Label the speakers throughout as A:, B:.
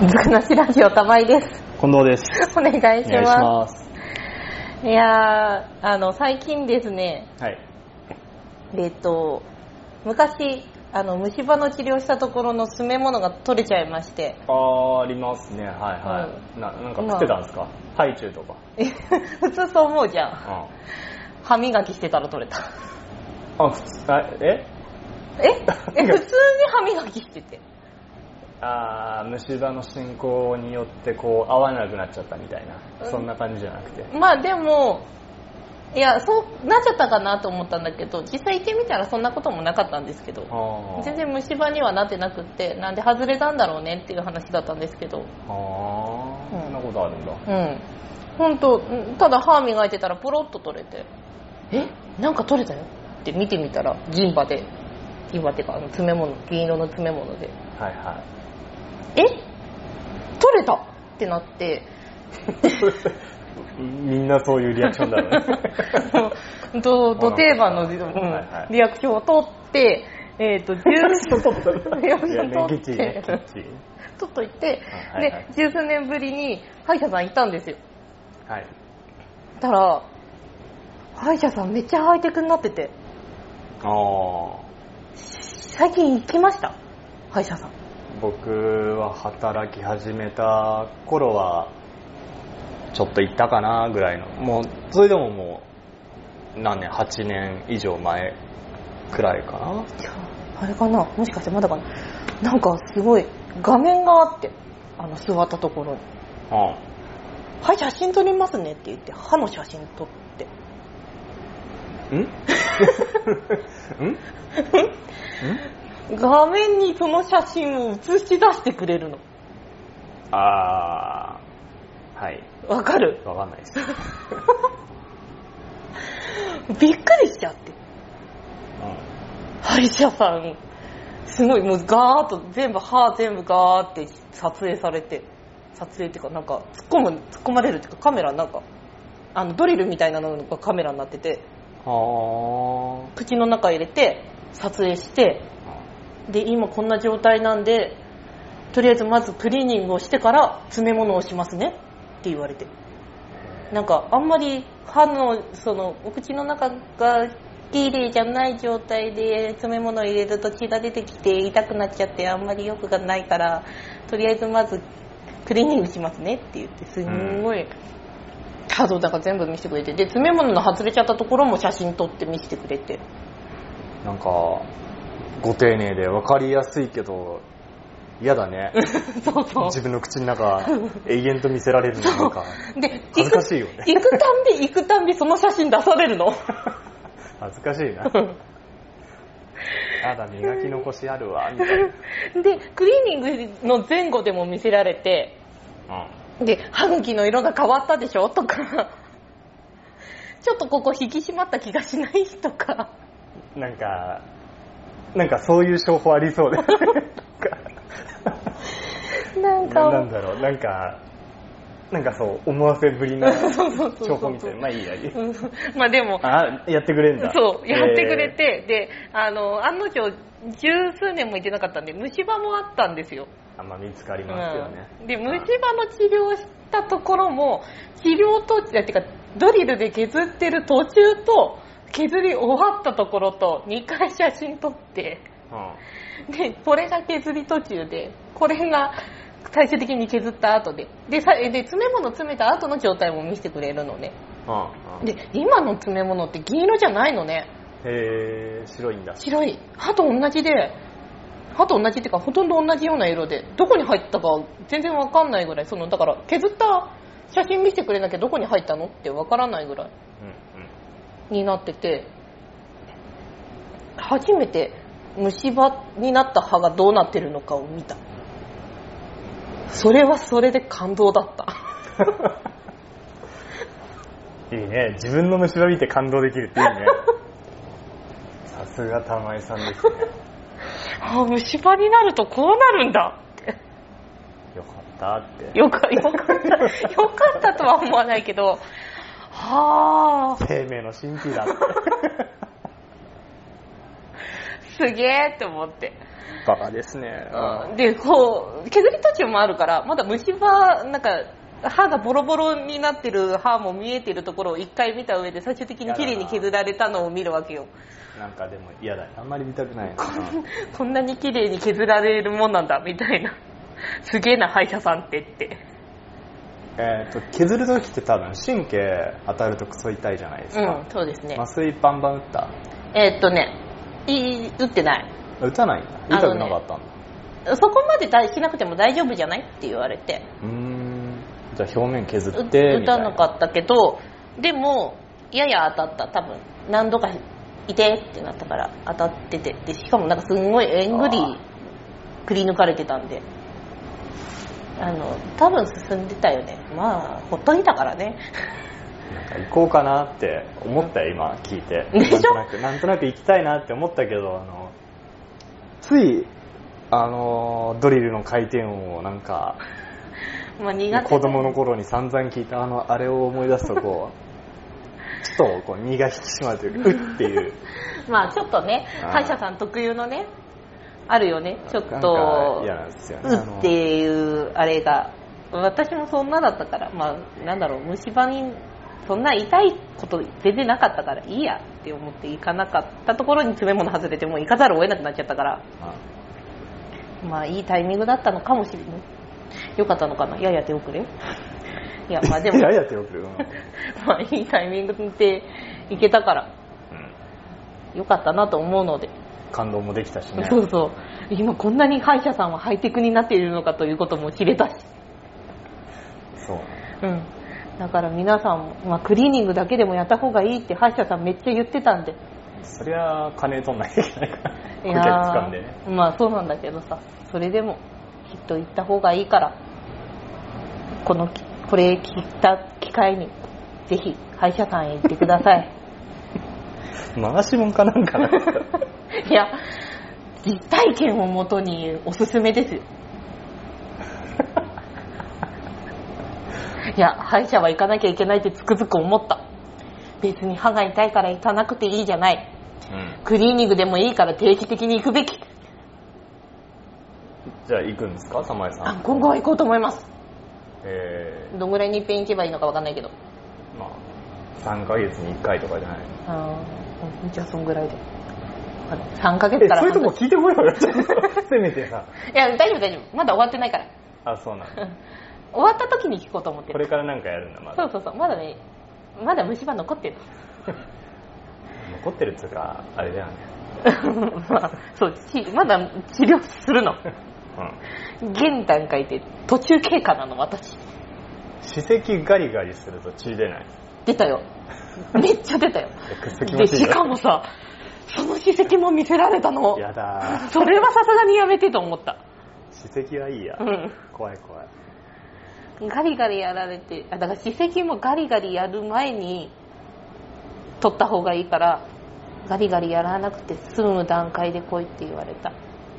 A: ずくなしラジオ玉井です。
B: 近藤です。
A: お願いします。いやー、最近ですね、
B: はい。
A: 昔虫歯の治療したところの詰め物が取れちゃいまして。
B: ありますね。はいはい。なんか食ってたんですか？ハイチュウとか。
A: 普通そう思うじゃん。歯磨きしてたら取れた。
B: 普通
A: 普通に歯磨きしてて。
B: 虫歯の進行によってこう合わなくなっちゃったみたいな、そんな感じじゃなくて。
A: まあでも、いや、そうなっちゃったかなと思ったんだけど、実際行ってみたらそんなこともなかったんですけど、全然虫歯にはなってなくって、なんで外れたんだろうねっていう話だったんですけど。
B: そんなことあるんだ。
A: 本当、ただ歯磨いてたらポロッと取れて、なんか取れたよって見てみたら銀歯ってか詰め物、銀色の詰め物で、
B: はいはい。
A: 取れたってなって
B: みんなそういうリアクションだろうね。
A: ど定番の、リアクションを取って、取っといて、で、十数年ぶりに歯医者さん行ったんですよ。
B: はい。
A: たら、歯医者さんめっちゃハイテクになってて。最近行きました？歯医者さん。
B: 僕は働き始めた頃はちょっと行ったかなぐらいの、もうそれでももう何年、8年以上前くらいかな。
A: あれかな、もしかしてまだかな。なんかすごい画面があって、座ったところに、はい、写真撮りますねって言って歯の写真撮って、画面にその写真を映し出してくれるの。
B: はい。
A: わかる？
B: わかんないです。
A: びっくりしちゃって。歯医者さんすごい、もうガーッと全部ガーって撮影されて、撮影っていうかなんか突っ込まれるっていうか、カメラなんかドリルみたいなのがカメラになってて、口の中入れて撮影して、で今こんな状態なんで、とりあえずまずクリーニングをしてから詰め物をしますねって言われて、なんかあんまり歯のお口の中がきれいじゃない状態で詰め物を入れると血が出てきて痛くなっちゃってあんまり良くがないから、とりあえずまずクリーニングしますねって言って、すんごいハードだから全部見せてくれて、で詰め物の外れちゃったところも写真撮って見せてくれて、
B: なんかご丁寧で分かりやすいけど嫌だね。
A: そう
B: 自分の口の中永遠と見せられるのなんか
A: で
B: 恥ずかしいよね。
A: 行くたんびその写真出されるの。
B: 恥ずかしいな。やだ、磨き残しあるわみたいな。
A: でクリーニングの前後でも見せられて、で歯茎の色が変わったでしょとか、ちょっとここ引き締まった気がしないとか、
B: なんかそういう商法ありそうで。なんだろう、なんかそう思わせぶりな商法みたいな。まあいいや。
A: まあでも
B: やってくれるんだ。
A: そうやってくれて、で案の定十数年も行ってなかったんで虫歯もあったんですよ。
B: 見つかりますよね。
A: で虫歯の治療をしたところも、治療途中っていうかドリルで削ってる途中と削り終わったところと2回写真撮って、でこれが削り途中で、これが最終的に削った後で詰め物詰めた後の状態も見せてくれるのね。で今の詰め物って銀色じゃないのね。
B: 白いんだ。
A: 白い。歯と同じっていうかほとんど同じような色で、どこに入ったか全然わかんないぐらい、だから削った写真見せてくれなきゃどこに入ったのってわからないぐらいになってて、初めて虫歯になった歯がどうなってるのかを見た。それはそれで感動だった。
B: いいね、自分の虫歯見て感動できるっていいね。さすが玉井さんですね。
A: 虫歯になるとこうなるんだって。
B: よかったって。
A: よかったとは思わないけど、
B: 生命の神秘だって。
A: すげーって思って。
B: バカですね。
A: で、こう、削り途中もあるから、まだ虫歯、なんか、歯がボロボロになってる歯も見えてるところを一回見た上で最終的に綺麗に削られたのを見るわけよ。
B: なんかでも嫌だ。あんまり見たくないな。
A: こんなに綺麗に削られるもんなんだ、みたいな。すげえな、歯医者さんってって。
B: 削るときって多分神経当たるとクソ痛いじゃないですか。
A: うん、そうですね。
B: 麻酔バンバン打った？
A: 打ってない。
B: 打たないんだ。痛くなかったんだ。
A: そこまでしなくても大丈夫じゃないって言われて。
B: じゃあ表面削って
A: 打たなかったけど、でもやや当たった。多分何度か痛ってなったから当たってて、でしかもなんかすんごいえんぐりくり抜かれてたんで、多分進んでたよね。まあほっといたからね。
B: なんか行こうかなって思ったよ、今聞いて。
A: でしょ？
B: なんとなく行きたいなって思ったけど、ついドリルの回転音をなんか、
A: まあ、苦手
B: 子供の頃に散々聞いたあれを思い出すとこうちょっとこう身が引き締まるというか、うっていう
A: まあちょっとね、歯医者さん特有のね、あるよね、ちょっ
B: なん
A: と
B: か嫌なんですよね、
A: うっていうあれが。私もそんなだったから、まあなんだろう、虫歯にそんな痛いこと全然なかったからいいやって思って行かなかったところに詰め物外れてもう行かざるを得なくなっちゃったから、まあいいタイミングだったのかもしれない。よかったのかな、やや手遅れ。いや、まあでも
B: やや手遅れ。
A: まあいいタイミングで行けたから、よかったなと思うので。
B: 感動もできたしね。
A: そうそう。今こんなに歯医者さんはハイテクになっているのかということも知れたし。
B: そう。
A: うん。だから皆さんも、まあ、クリーニングだけでもやった方がいいって歯医者さんめっちゃ言ってたんで。
B: そりゃ金取んなきゃいけないから。
A: いや
B: 顧客掴んでね。
A: まあそうなんだけどさ、それでもきっと行った方がいいから、これ聞いた機会にぜひ歯医者さんへ行ってください。
B: 回しもんかなんかな。
A: いや、実体験をもとにおすすめですよ。いや、歯医者は行かなきゃいけないってつくづく思った。別に歯が痛いから行かなくていいじゃない。クリーニングでもいいから定期的に行くべき。
B: じゃあ行くんですか、玉井さん。
A: 今後は行こうと思います。
B: ど
A: んぐらいに一遍行けばいいのか分かんないけど。
B: まあ、3ヶ月に1回とかじゃないの？
A: じゃあそんぐらいで。3ヶ月から
B: そういうとこ聞いてこいよ。せめてさ。
A: いや、大丈夫。まだ終わってないから。
B: あ、そうなんだ。
A: 終わった時に聞こうと思ってる。
B: これからなんかやるんだ、まだ。
A: そう。まだね、まだ虫歯残ってる。
B: 残ってるっていうか、あれだよね。
A: まあ、そう、まだ治療するの。現段階で途中経過なの、私。
B: 歯石ガリガリすると血出ない？
A: 出たよ。めっちゃ出たよ。で、しかもさ、その歯石も見せられたの。
B: やだ。
A: それはさすがにやめてと思った。
B: 歯石はいいや。怖い。
A: ガリガリやられて、だから歯石もガリガリやる前に取った方がいいから、ガリガリやらなくて済む段階で来いって言われた。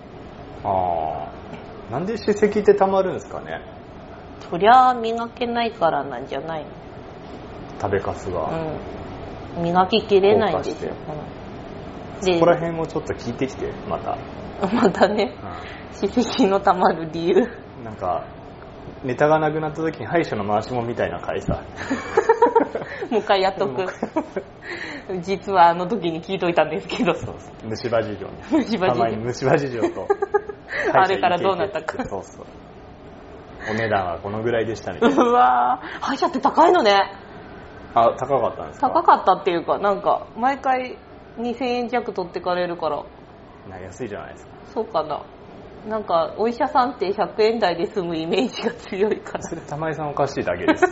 B: なんで歯石って溜まるんですかね？
A: そりゃ磨けないからなんじゃないの？
B: 食べかすが。
A: 磨ききれないんですよ。
B: そこら辺もちょっと聞いてきて、また。
A: またね、歯石の溜まる理由。
B: なんか、ネタがなくなった時に歯医者の回しもんみたいな回さ。
A: もう一回やっとく。実はあの時に聞いといたんですけど。
B: そう虫歯事情。
A: 虫歯事情。
B: たまに虫歯事情と。
A: あれからどうなったか。
B: そう。お値段はこのぐらいでしたね。
A: うわー、歯医者って高いのね。
B: 高かったんですか？
A: 高かったっていうか、なんか毎回2000円弱取ってかれるから。
B: 安いじゃないですか。
A: そうかな。なんかお医者さんって100円台で済むイメージが強いから。
B: それ玉井さんおかしいだけです。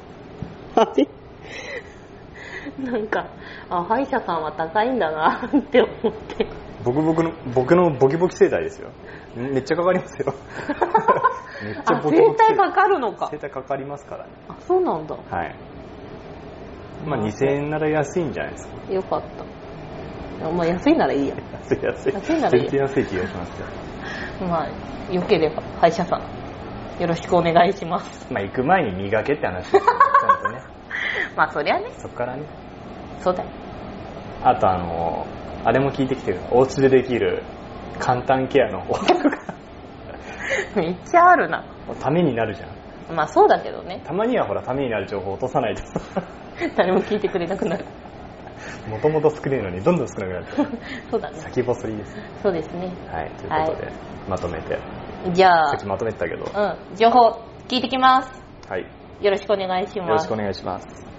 A: なんか歯医者さんは高いんだなって思って。
B: 僕のボキボキ整体ですよ。めっちゃかかりますよ。めっちゃボキボキ
A: 整体かかるのか。
B: 整体かかりますからね。
A: そうなんだ。
B: はい。まあ2000円なら安いんじゃないですか。
A: よかった。まあ安いならいいや。
B: 安いならいいや。全然安い気がしますよ。
A: まあよければ歯医者さんよろしくお願いします。
B: まあ行く前に磨けって話ですよ。ちゃんとね。
A: まあそりゃね。
B: そっからね。
A: そうだよ。
B: あとあれも聞いてきてる。お家でできる簡単ケアの方
A: めっちゃあるな。
B: ためになるじゃん。
A: まあそうだけどね。
B: たまにはほらためになる情報を落とさないと
A: 誰も聞いてくれなくなる。
B: もともと少ないのにどんどん少なくなって
A: そうだね。
B: 先細りですね。
A: そうですね。
B: はい、ということで、まとめて、
A: じゃあ
B: さっきまとめてたけど、
A: 情報聞いてきます。
B: はい、
A: よろしくお願いします。
B: よろしくお願いします。